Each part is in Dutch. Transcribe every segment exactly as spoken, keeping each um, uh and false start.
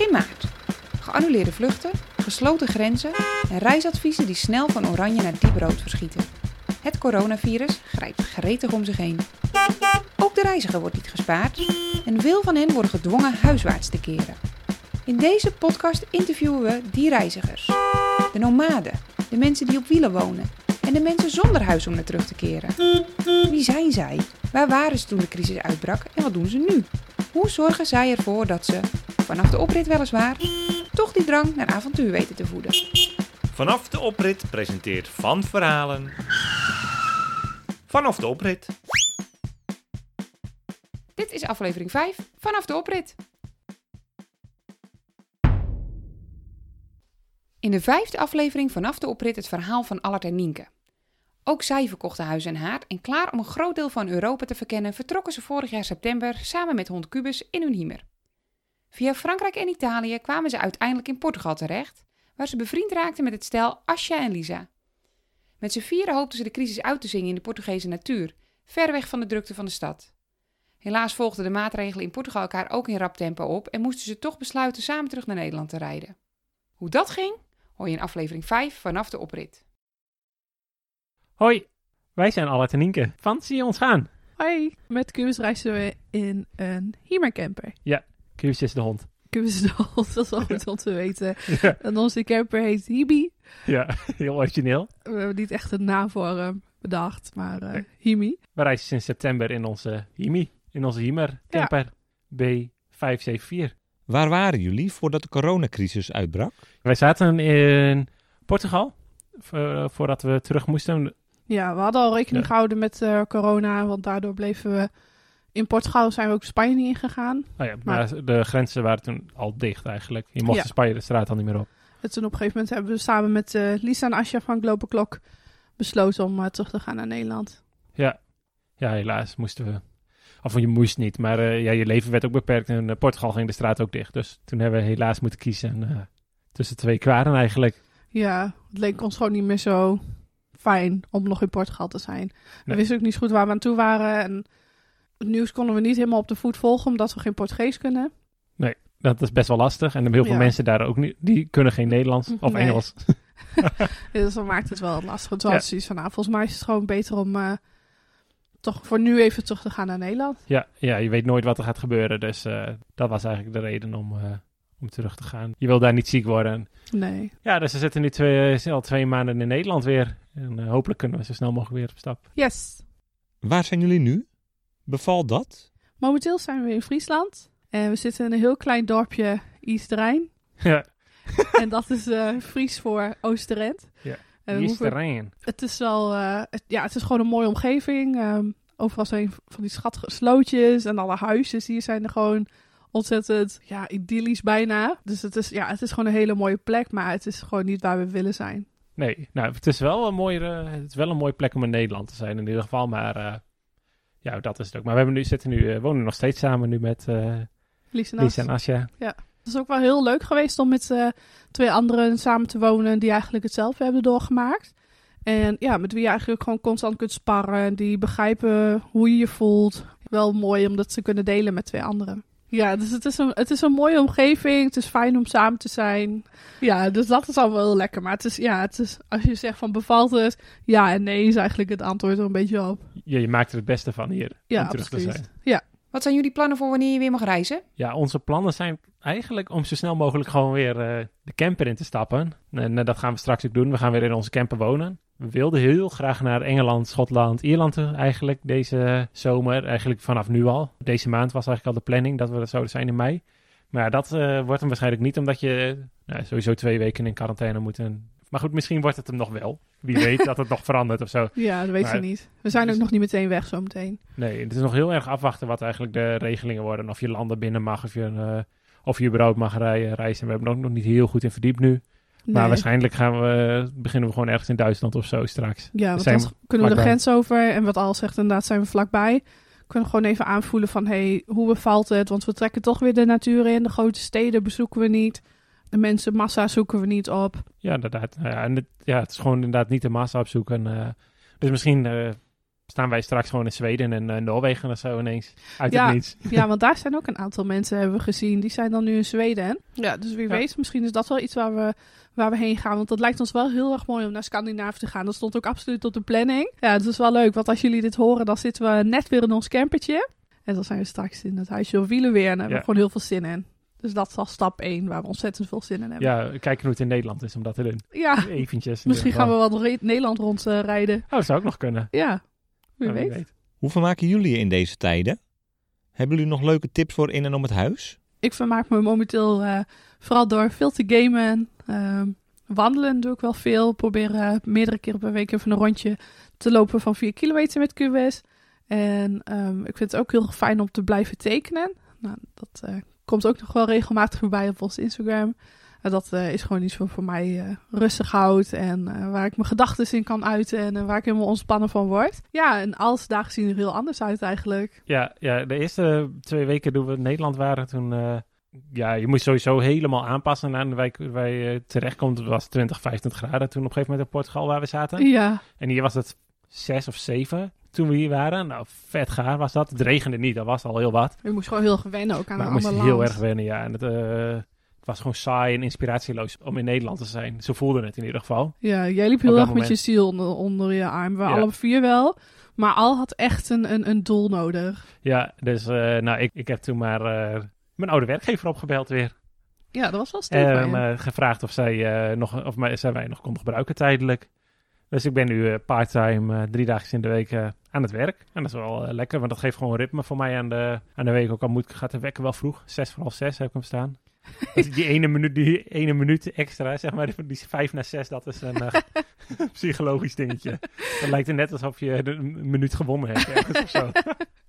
twee maart. Geannuleerde vluchten, gesloten grenzen en reisadviezen die snel van oranje naar diep rood verschieten. Het coronavirus grijpt gretig om zich heen. Ook de reiziger wordt niet gespaard en veel van hen worden gedwongen huiswaarts te keren. In deze podcast interviewen we die reizigers. De nomaden, de mensen die op wielen wonen en de mensen zonder huis om naar terug te keren. Wie zijn zij? Waar waren ze toen de crisis uitbrak en wat doen ze nu? Hoe zorgen zij ervoor dat ze, vanaf de oprit weliswaar, toch die drang naar avontuur weten te voeden? Vanaf de oprit presenteert Van Verhalen. Vanaf de oprit. Dit is aflevering vijf, Vanaf de oprit. In de vijfde aflevering Vanaf de oprit het verhaal van Allard en Nienke. Ook zij verkochten huis en haard en klaar om een groot deel van Europa te verkennen vertrokken ze vorig jaar september samen met hond Cubus in hun Hymer. Via Frankrijk en Italië kwamen ze uiteindelijk in Portugal terecht, waar ze bevriend raakten met het stel Asja en Lisa. Met z'n vieren hoopten ze de crisis uit te zingen in de Portugese natuur, ver weg van de drukte van de stad. Helaas volgden de maatregelen in Portugal elkaar ook in rap tempo op en moesten ze toch besluiten samen terug naar Nederland te rijden. Hoe dat ging, hoor je in aflevering vijf Vanaf de oprit. Hoi, wij zijn Allard en Nienke van Zie je ons gaan? Hoi, met Cubus reizen we in een Hymer-camper. Ja, Cubus is de hond. Cubus is de hond, dat is wel goed om te weten. Ja, En onze camper heet Hibi. ja, heel origineel. We hebben niet echt een naam voor hem bedacht, maar uh, Himi. We reizen sinds september in onze Himi, in onze Hymer camper B vijf zeven vier. Waar waren jullie voordat de coronacrisis uitbrak? Wij zaten in Portugal, uh, voordat we terug moesten. Ja, we hadden al rekening Ja. gehouden met uh, corona, want daardoor bleven we... In Portugal zijn we ook Spanje niet ingegaan. Oh ja, maar, maar de grenzen waren toen al dicht eigenlijk. Je mocht Ja. in Spanje de straat al niet meer op. En toen op een gegeven moment hebben we samen met uh, Lisa en Asja van Globe Klok besloten om uh, terug te gaan naar Nederland. Ja, ja, helaas moesten we. Of je moest niet, maar uh, ja, je leven werd ook beperkt. En in uh, Portugal ging de straat ook dicht. Dus toen hebben we helaas moeten kiezen uh, tussen twee kwaren eigenlijk. Ja, het leek ons gewoon niet meer zo fijn om nog in Portugal te zijn. We Nee. wisten ook niet zo goed waar we aan toe waren. En het nieuws konden we niet helemaal op de voet volgen, omdat we geen Portugees kunnen. Dat is best wel lastig. En heel veel Ja. mensen daar ook niet, die kunnen geen Nederlands of Nee. Engels. Dus dat maakt het wel wat lastig. Het Ja. was zoiets van, nou, volgens mij is het gewoon beter om uh, toch voor nu even terug te gaan naar Nederland. Ja, ja, je weet nooit wat er gaat gebeuren. Dus uh, dat was eigenlijk de reden om, uh, om terug te gaan. Je wil daar niet ziek worden. Nee. Ja, dus we zitten nu twee, uh, al twee maanden in Nederland weer. En uh, hopelijk kunnen we zo snel mogelijk weer op stap. Yes. Waar zijn jullie nu? Bevalt dat? Momenteel zijn we in Friesland. En we zitten in een heel klein dorpje Easterijn. Ja, En dat is uh, Fries voor Oosterend. Ja. En we hier is hoeven- terrein. Het is wel, uh, het, ja, het is gewoon een mooie omgeving. Um, overal zijn van die schattige slootjes en alle huisjes hier zijn er gewoon ontzettend, ja, idyllisch bijna. Dus het is, ja, het is gewoon een hele mooie plek, maar het is gewoon niet waar we willen zijn. Nee, nou, het is wel een mooie, uh, het is wel een mooie plek om in Nederland te zijn in ieder geval. Maar uh, ja, dat is het ook. Maar we hebben nu, zitten nu, uh, wonen nog steeds samen nu met uh, Lies en As. Lisa en Asja. Het is ook wel heel leuk geweest om met uh, twee anderen samen te wonen die eigenlijk hetzelfde hebben doorgemaakt. En ja, met wie je eigenlijk gewoon constant kunt sparren en die begrijpen hoe je je voelt. Wel mooi om dat te kunnen delen met twee anderen. Ja, dus het is, een, het is een mooie omgeving. Het is fijn om samen te zijn. Ja, dus dat is allemaal heel lekker. Maar het is, ja, het is, als je zegt van bevalt het, ja en nee is eigenlijk het antwoord er een beetje op. Je, je maakt er het beste van hier Ja, om terug te absoluut. zijn. Ja, Wat zijn jullie plannen voor wanneer je weer mag reizen? Ja, onze plannen zijn eigenlijk om zo snel mogelijk gewoon weer uh, de camper in te stappen. En uh, dat gaan we straks ook doen. We gaan weer in onze camper wonen. We wilden heel graag naar Engeland, Schotland, Ierland toe eigenlijk deze zomer. Eigenlijk vanaf nu al. Deze maand was eigenlijk al de planning dat we er zouden zijn in mei. Maar ja, dat uh, wordt hem waarschijnlijk niet omdat je uh, sowieso twee weken in quarantaine moet. En... Maar goed, misschien wordt het hem nog wel. Wie weet dat het nog verandert of zo. ja dat weet Maar- je niet. We zijn ook dus- nog niet meteen weg zometeen. Nee, het is nog heel erg afwachten wat eigenlijk de regelingen worden. Of je landen binnen mag, of je, uh, of je überhaupt mag rijden, reizen. We hebben er ook nog niet heel goed in verdiept nu. Nee. Maar waarschijnlijk gaan we, beginnen we gewoon ergens in Duitsland of zo straks. Ja, want zijn dan kunnen we de vlakbij. grens over. En wat Al zegt, inderdaad zijn we vlakbij. Kunnen we gewoon even aanvoelen van, hey, hoe bevalt het? Want we trekken toch weer de natuur in. De grote steden bezoeken we niet. De mensenmassa zoeken we niet op. Ja, inderdaad. Nou ja, en het, ja, het is gewoon inderdaad niet de massa opzoeken. Uh, dus misschien uh, staan wij straks gewoon in Zweden en uh, Noorwegen of zo ineens. Uit Ja. het niets. Ja, want daar zijn ook een aantal mensen, hebben we gezien. Die zijn dan nu in Zweden. Ja, dus wie Ja. weet, misschien is dat wel iets waar we, waar we heen gaan. Want dat lijkt ons wel heel erg mooi om naar Scandinavië te gaan. Dat stond ook absoluut op de planning. Ja, het is wel leuk, want als jullie dit horen, dan zitten we net weer in ons campertje. En dan zijn we straks in het huisje op wielen weer. En daar hebben Ja. we gewoon heel veel zin in. Dus dat is al stap één, waar we ontzettend veel zin in hebben. Ja, kijken hoe het in Nederland is om dat te doen. Ja, Eventjes. in misschien ieder gaan we geval. wel door Nederland rond uh, rijden. Oh, dat zou ook nog kunnen. Ja, wie Nou, wie weet. Hoe vermaken jullie je in deze tijden? Hebben jullie nog leuke tips voor in en om het huis? Ik vermaak me momenteel uh, vooral door veel te gamen. Uh, wandelen doe ik wel veel. Probeer uh, meerdere keren per week even een rondje te lopen van vier kilometer met Q S. En um, ik vind het ook heel fijn om te blijven tekenen. Nou, dat uh, komt ook nog wel regelmatig voorbij op ons Instagram. Uh, dat uh, is gewoon iets wat voor mij uh, rustig houdt. En uh, waar ik mijn gedachten in kan uiten. En uh, waar ik helemaal ontspannen van word. Ja, en alles dagen zien er heel anders uit eigenlijk. Ja, ja, de eerste twee weken toen we in Nederland waren, toen... Uh, ja, je moet sowieso helemaal aanpassen aan waar je, waar je terechtkomt. Het was twintig, vijfentwintig graden toen op een gegeven moment in Portugal waar we zaten. Ja, En hier was het zes of zeven toen we hier waren. Nou, vet gaar was dat. Het regende niet, dat was al heel wat. je moest gewoon heel erg wennen ook aan Maar een we moesten ander land. heel erg wennen, ja. En het, uh, het was gewoon saai en inspiratieloos om in Nederland te zijn. Zo voelde het in ieder geval. Ja, jij liep Op heel dat erg met moment. je ziel onder, onder je arm. We Ja. alle vier wel. Maar Al had echt een, een, een doel nodig. Ja, dus uh, nou, ik, ik heb toen maar uh, mijn oude werkgever opgebeld weer. Ja, dat was wel stil En van je. uh, gevraagd of zij, uh, nog, of mij, zij mij nog konden gebruiken tijdelijk. Dus ik ben nu uh, part-time uh, drie dagen in de week uh, aan het werk. En dat is wel uh, lekker, want dat geeft gewoon ritme voor mij aan de, aan de week. Ook al moet, gaat de wekker wel vroeg. Zes voor half zes heb ik hem staan. Dus die, ene minuut, die ene minuut extra, zeg maar, die vijf naar zes, dat is een uh, psychologisch dingetje. Het lijkt er net alsof je een minuut gewonnen hebt ergens of zo.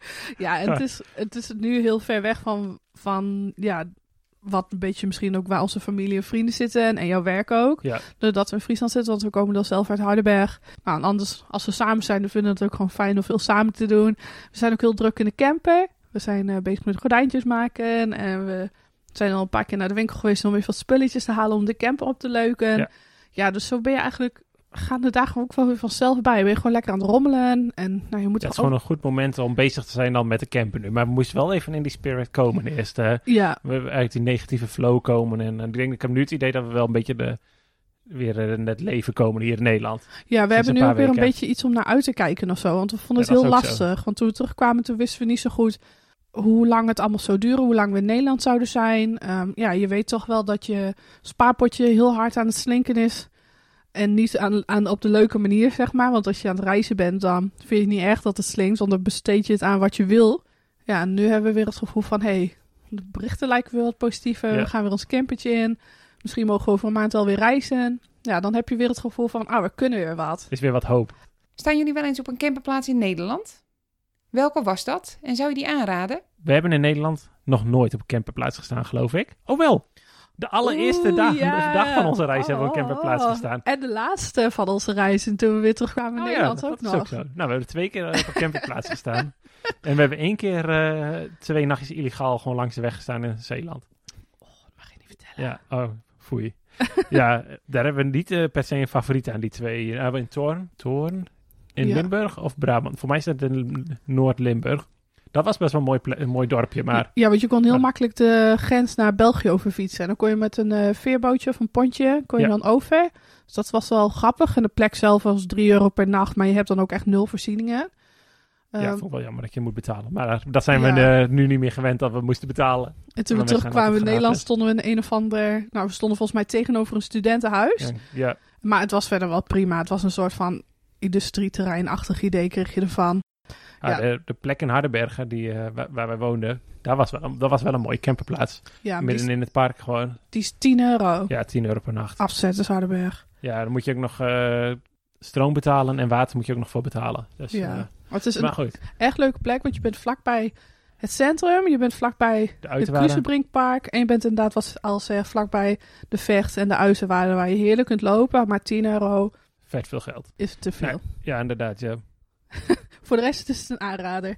Ja, en het is, het is nu heel ver weg van, van ja, wat een beetje misschien ook waar onze familie en vrienden zitten. En, en jouw werk ook. Ja. Doordat we in Friesland zitten, want we komen dan zelf uit Hardenberg. Nou, en anders, als we samen zijn, dan vinden we het ook gewoon fijn om veel samen te doen. We zijn ook heel druk in de camper. We zijn uh, bezig met gordijntjes maken. En we zijn al een paar keer naar de winkel geweest om even wat spulletjes te halen om de camper op te leuken. Ja. Ja, dus zo ben je eigenlijk... gaan de dagen ook wel weer vanzelf bij. Ben je gewoon lekker aan het rommelen. En nou, je moet Ja, het is ook... gewoon een goed moment om bezig te zijn dan met de camper nu. Maar we moesten wel even in die spirit komen eerst. Hè. Ja, We uit die negatieve flow komen. En uh, ik denk, ik heb nu het idee dat we wel een beetje de, weer uh, in het leven komen hier in Nederland. ja, we hebben een nu paar ook weer een weken. beetje iets om naar uit te kijken of zo. Want we vonden Ja, het dat heel is ook zo. lastig. Want toen we terugkwamen, toen wisten we niet zo goed hoe lang het allemaal zou duren. Hoe lang we in Nederland zouden zijn. Um, ja, je weet toch wel dat je spaarpotje heel hard aan het slinken is. En niet aan, aan, op de leuke manier, zeg maar. Want als je aan het reizen bent, dan vind je het niet erg dat het slinkt. Want dan besteed je het aan wat je wil. Ja, en nu hebben we weer het gevoel van... hé, hey, de berichten lijken weer wat positiever. Ja. We gaan weer ons campertje in. Misschien mogen we over een maand alweer reizen. Ja, dan heb je weer het gevoel van... ah, we kunnen weer wat. Er is weer wat hoop. Staan jullie wel eens op een camperplaats in Nederland? Welke was dat? En zou je die aanraden? We hebben in Nederland nog nooit op een camperplaats gestaan, geloof ik. Oh wel, de allereerste Oeh, dag, ja. dag van onze reis hebben we op een Oh, camperplaats oh. gestaan. En de laatste van onze reis. En toen we weer terugkwamen in Oh ja, Nederland dat ook is nog. ook zo. Nou, we hebben twee keer uh, op een camperplaats gestaan. En we hebben één keer uh, twee nachtjes illegaal gewoon langs de weg gestaan in Zeeland. Oh, dat mag je niet vertellen. Ja, oh, foei. Ja, daar hebben we niet uh, per se een favoriet aan, die twee. Uh, hebben we in Toorn, Toorn in Ja. Limburg of Brabant? Voor mij is dat in Noord-Limburg. Dat was best wel een mooi, ple- een mooi dorpje, maar... Ja, want je kon heel Ja. makkelijk de grens naar België overfietsen. En dan kon je met een uh, veerbootje of een pontje kon je Ja. dan over. Dus dat was wel grappig. En de plek zelf was drie euro per nacht. Maar je hebt dan ook echt nul voorzieningen. Ja, Um, ik vond het wel jammer dat je moet betalen. Maar uh, dat zijn Ja. we uh, nu niet meer gewend dat we moesten betalen. en toen Maar we wij terugkwamen zijn in Nederland gratis. stonden we in een of ander... Nou, we stonden volgens mij tegenover een studentenhuis. Ja, ja. Maar het was verder wel prima. Het was een soort van industrieterreinachtig idee kreeg je ervan. Ah, Ja. de, de plek in Hardenbergen die, uh, waar, waar wij woonden, daar was wel, dat was wel een mooie camperplaats. Ja, maar Midden die, in het park gewoon. die is tien euro. Ja, tien euro per nacht. Afzetten, Hardenberg. Ja, dan moet je ook nog uh, stroom betalen en water moet je ook nog voor betalen. Dus, Ja. uh, Maar het is een maar goed, echt leuke plek, want je bent vlakbij het centrum. Je bent vlakbij de het uiterwaarden. Kruisenbrinkpark. En je bent inderdaad, wat al zeg, vlakbij de Vecht en de Uizenwaarden waar je heerlijk kunt lopen. Maar tien euro Vet veel geld. is te veel. Nee. Ja, inderdaad, ja. Voor de rest is het een aanrader.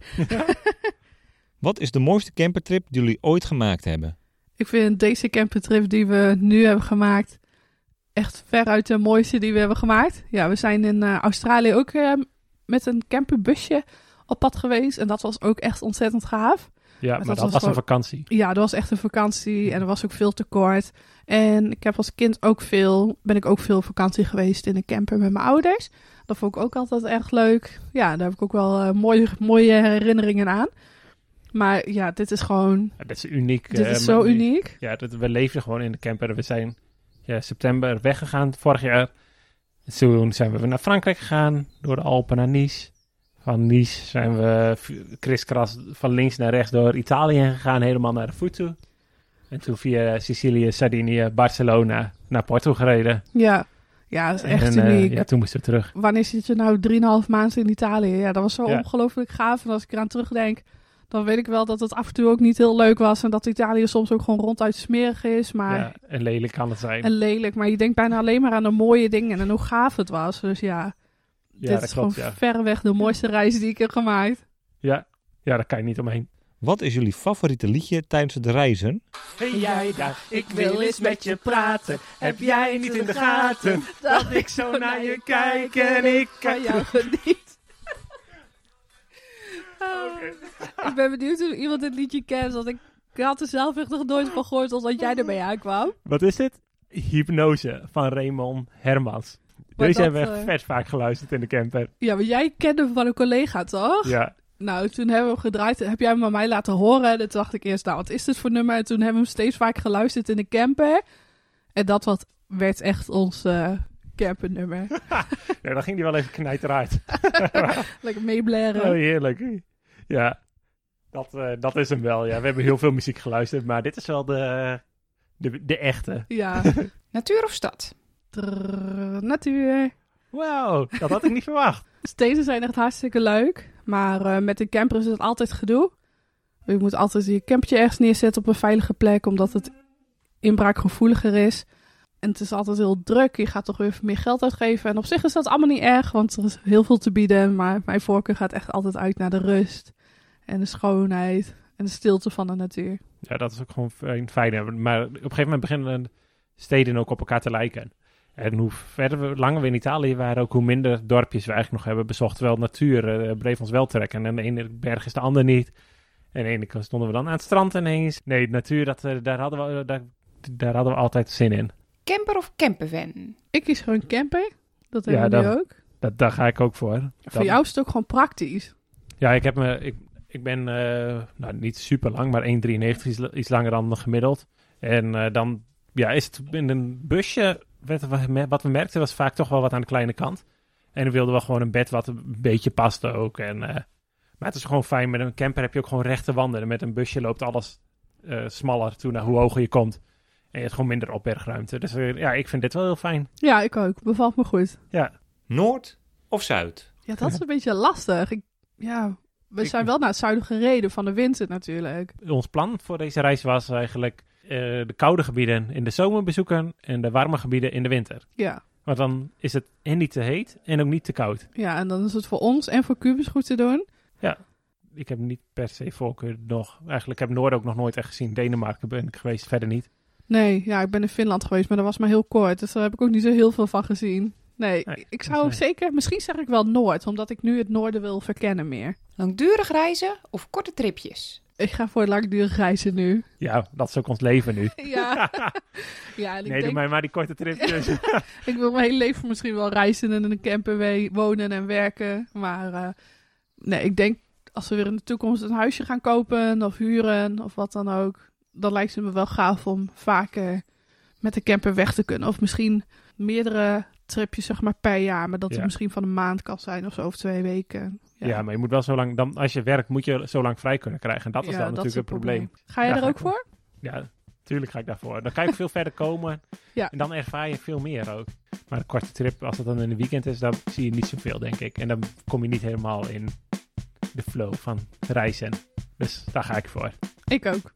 Wat is de mooiste campertrip die jullie ooit gemaakt hebben? Ik vind deze campertrip die we nu hebben gemaakt echt veruit de mooiste die we hebben gemaakt. Ja, we zijn in uh, Australië ook uh, met een camperbusje op pad geweest. En dat was ook echt ontzettend gaaf. Ja, maar, dat dat, was was gewoon- een vakantie. Ja, dat was echt een vakantie en er was ook veel tekort. En ik heb als kind ook veel, ben ik ook veel op vakantie geweest in een camper met mijn ouders. Dat vond ik ook altijd erg leuk. Ja, daar heb ik ook wel uh, mooie, mooie herinneringen aan. Maar ja, dit is gewoon, Ja, dat is uniek. dit eh, is zo maar- uniek. Ja, dat, we leefden gewoon in de camper. We zijn ja, september weggegaan vorig jaar. En toen zijn we naar Frankrijk gegaan, door de Alpen naar Nice. Van Nice zijn we v- kriskras van links naar rechts door Italië gegaan, helemaal naar de voet toe. En toen via Sicilië, Sardinië, Barcelona naar Porto gereden. Ja, ja, dat is echt en, eh, uniek. ja, toen moesten we terug. Wanneer zit je nou drieënhalf maanden in Italië? Ja, dat was zo Ja. ongelooflijk gaaf. En als ik eraan terugdenk, dan weet ik wel dat het af en toe ook niet heel leuk was. En dat Italië soms ook gewoon ronduit smerig is. Maar Ja, en lelijk kan het zijn. En lelijk, maar je denkt bijna alleen maar aan de mooie dingen en hoe gaaf het was. Dus ja, ja, dit dat is klopt, gewoon ja. verreweg de mooiste reis die ik heb gemaakt. Ja. ja, daar kan je niet omheen. Wat is jullie favoriete liedje tijdens het reizen? Hey jij daar, ik wil eens met je praten. Heb jij niet in de gaten dat ik zo naar je kijk en ik Van jou geniet. Ah, ik ben benieuwd of iemand dit liedje kent, want ik, ik had er zelf echt nog nooit van gehoord totdat jij erbij aankwam. Wat is dit? Hypnose van Raymond Hermans. Maar Deze dat, hebben we echt eh, vet vaak geluisterd in de camper. Ja, maar jij kende hem van een collega, toch? Ja, Nou, toen hebben we hem gedraaid. Heb jij hem aan mij laten horen? En toen dacht ik eerst, nou, wat is dit voor nummer? En toen hebben we hem steeds vaak geluisterd in de camper. En dat wat werd echt ons uh, campernummer. ja, dan ging die wel even knijteruit. Lekker meeblaren. Oh, heerlijk. Ja, dat, uh, dat is hem wel. Ja, we hebben heel veel muziek geluisterd, maar dit is wel de, de, de echte. Ja. Natuur of stad? Trrr, natuur. Wauw, dat had ik niet verwacht. Steden zijn echt hartstikke leuk. Maar uh, met een camper is het altijd gedoe. Je moet altijd je campertje ergens neerzetten op een veilige plek, omdat het inbraakgevoeliger is. En het is altijd heel druk. Je gaat toch weer meer geld uitgeven. En op zich is dat allemaal niet erg, want er is heel veel te bieden. Maar mijn voorkeur gaat echt altijd uit naar de rust. En de schoonheid. En de stilte van de natuur. Ja, dat is ook gewoon fijn. fijn. Maar op een gegeven moment beginnen steden ook op elkaar te lijken. En hoe verder we, langer we in Italië waren, ook hoe minder dorpjes we eigenlijk nog hebben bezocht. Terwijl natuur uh, bleef ons wel trekken. En de ene berg is de ander niet. En de ene keer stonden we dan aan het strand ineens. Nee, natuur, dat, uh, daar, hadden we, uh, daar, daar hadden we altijd zin in. Camper of campervan? Ik kies gewoon camper. Dat Ja, hebben we dan- nu ook. Dat, daar ga ik ook voor. Voor Dan- jou is het ook gewoon praktisch. Ja, ik, heb me, ik, ik ben uh, nou, niet super lang, maar één komma drieënnegentig, iets, iets langer dan gemiddeld. En uh, dan ja, is het in een busje, wat we, wat we merkten, was vaak toch wel wat aan de kleine kant. En we wilden wel gewoon een bed wat een beetje paste ook. En, uh, maar het is gewoon fijn, met een camper heb je ook gewoon rechte wanden. En met een busje loopt alles uh, smaller toe naar hoe hoger je komt. En je hebt gewoon minder opbergruimte. Dus uh, ja, ik vind dit wel heel fijn. Ja, ik ook. Bevalt me goed. Ja, Noord of Zuid? Ja, dat is een beetje lastig. Ik, ja, we Ik- zijn wel naar het zuiden gereden van de winter natuurlijk. ons plan voor deze reis was eigenlijk uh, de koude gebieden in de zomer bezoeken en de warme gebieden in de winter. Ja. Want dan is het en niet te heet en ook niet te koud. Ja, en dan is het voor ons en voor Cubus goed te doen. Ik heb niet per se voorkeur nog. Eigenlijk heb ik Noord ook nog nooit echt gezien. Denemarken ben ik geweest, verder niet. Nee, ja, ik ben in Finland geweest, maar dat was maar heel kort. Dus daar heb ik ook niet zo heel veel van gezien. Nee, Nee, ik zou nee. zeker, misschien zeg ik wel Noord, omdat ik nu het noorden wil verkennen meer. Langdurig reizen of korte tripjes? Ik ga voor langdurig reizen nu. Ja, dat is ook ons leven nu. Ja, ja en ik nee, doe denk, mij maar die korte tripjes. ik wil mijn hele leven misschien wel reizen en in een camper we- wonen en werken. Maar uh, nee, ik denk als we weer in de toekomst een huisje gaan kopen of huren of wat dan ook, dan lijkt het me wel gaaf om vaker met de camper weg te kunnen. Of misschien meerdere tripjes zeg maar per jaar, maar dat Ja. het misschien van een maand kan zijn of zo, of twee weken. ja. maar je moet wel zo lang... Dan, als je werkt, moet je zo lang vrij kunnen krijgen. En dat is Ja, dan dat natuurlijk is het probleem. Ga je Daar er ga ook ik wel. voor? Ja, tuurlijk ga ik daarvoor. Dan kan je veel verder komen. Ja. En dan ervaar je veel meer ook. Maar een korte trip, als het dan in een weekend is, dan zie je niet zoveel, denk ik. En dan kom je niet helemaal in de flow van reizen. Dus daar ga ik voor. Ik ook.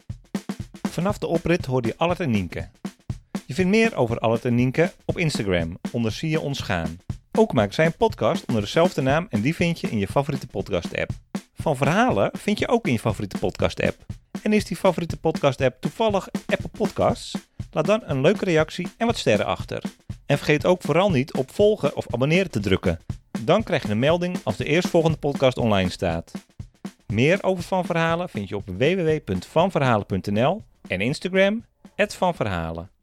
Vanaf de oprit hoorde je Allert en Nienke. Je vindt meer over Allert en Nienke op Instagram, onder Zie je ons gaan. Ook maken zij een podcast onder dezelfde naam en die vind je in je favoriete podcast-app. Van Verhalen vind je ook in je favoriete podcast-app. En is die favoriete podcast-app toevallig Apple Podcasts? Laat dan een leuke reactie en wat sterren achter. En vergeet ook vooral niet op volgen of abonneren te drukken. Dan krijg je een melding als de eerstvolgende podcast online staat. Meer over Van Verhalen vind je op w w w punt van verhalen punt n l en Instagram at Van Verhalen.